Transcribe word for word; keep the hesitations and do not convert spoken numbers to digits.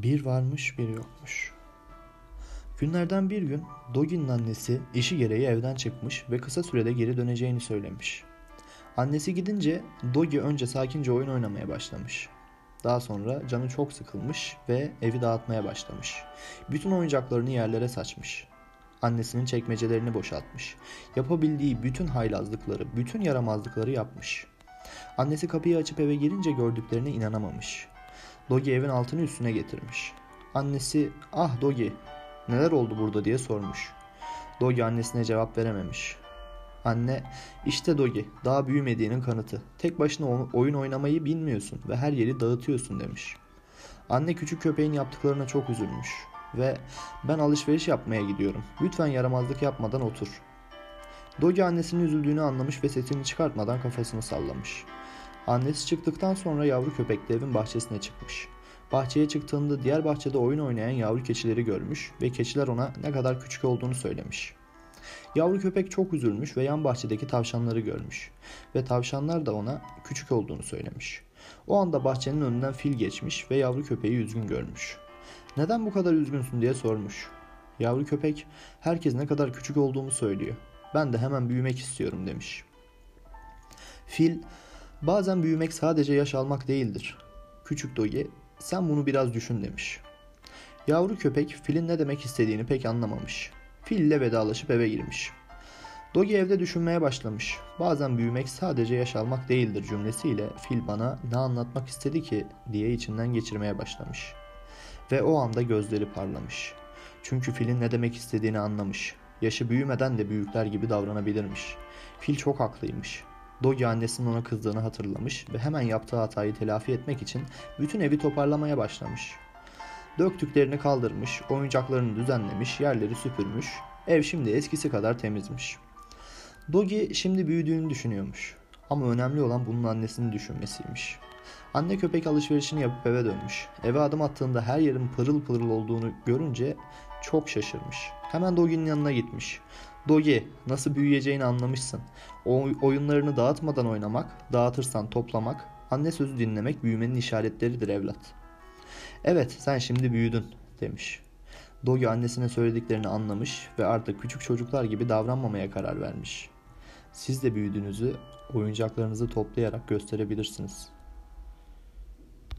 Bir varmış bir yokmuş. Günlerden bir gün Dogi'nin annesi işi gereği evden çıkmış ve kısa sürede geri döneceğini söylemiş. Annesi gidince Dogi önce sakince oyun oynamaya başlamış. Daha sonra canı çok sıkılmış ve evi dağıtmaya başlamış. Bütün oyuncaklarını yerlere saçmış. Annesinin çekmecelerini boşaltmış. Yapabildiği bütün haylazlıkları, bütün yaramazlıkları yapmış. Annesi kapıyı açıp eve girince gördüklerine inanamamış. Dogi evin altını üstüne getirmiş. Annesi, "Ah Dogi, neler oldu burada?" diye sormuş. Dogi annesine cevap verememiş. Anne, "İşte Dogi, daha büyümediğinin kanıtı. Tek başına oyun oynamayı bilmiyorsun ve her yeri dağıtıyorsun," demiş. Anne küçük köpeğin yaptıklarına çok üzülmüş ve "Ben alışveriş yapmaya gidiyorum. Lütfen yaramazlık yapmadan otur." Dogi annesinin üzüldüğünü anlamış ve sesini çıkartmadan kafasını sallamış. Annesi çıktıktan sonra yavru köpek de evin bahçesine çıkmış. Bahçeye çıktığında diğer bahçede oyun oynayan yavru keçileri görmüş ve keçiler ona ne kadar küçük olduğunu söylemiş. Yavru köpek çok üzülmüş ve yan bahçedeki tavşanları görmüş ve tavşanlar da ona küçük olduğunu söylemiş. O anda bahçenin önünden fil geçmiş ve yavru köpeği üzgün görmüş. "Neden bu kadar üzgünsün?" diye sormuş. Yavru köpek, "Herkes ne kadar küçük olduğumu söylüyor. Ben de hemen büyümek istiyorum," demiş. Fil, "Bazen büyümek sadece yaş almak değildir. Küçük Dogi, sen bunu biraz düşün," demiş. Yavru köpek filin ne demek istediğini pek anlamamış. Fil ile vedalaşıp eve girmiş. Dogi evde düşünmeye başlamış. "Bazen büyümek sadece yaş almak değildir" cümlesiyle fil bana ne anlatmak istedi ki diye içinden geçirmeye başlamış. Ve o anda gözleri parlamış. Çünkü filin ne demek istediğini anlamış. Yaşı büyümeden de büyükler gibi davranabilirmiş. Fil çok haklıymış. Dogi annesinin ona kızdığını hatırlamış ve hemen yaptığı hatayı telafi etmek için bütün evi toparlamaya başlamış. Döktüklerini kaldırmış, oyuncaklarını düzenlemiş, yerleri süpürmüş. Ev şimdi eskisi kadar temizmiş. Dogi şimdi büyüdüğünü düşünüyormuş. Ama önemli olan bunun annesini düşünmesiymiş. Anne köpek alışverişini yapıp eve dönmüş. Eve adım attığında her yerin pırıl pırıl olduğunu görünce çok şaşırmış. Hemen Dogi'nin yanına gitmiş. "Dogi, nasıl büyüyeceğini anlamışsın. O oyunlarını dağıtmadan oynamak, dağıtırsan toplamak, anne sözü dinlemek büyümenin işaretleridir evlat. Evet, sen şimdi büyüdün," demiş. Dogi annesine söylediklerini anlamış ve artık küçük çocuklar gibi davranmamaya karar vermiş. Siz de büyüdüğünüzü oyuncaklarınızı toplayarak gösterebilirsiniz.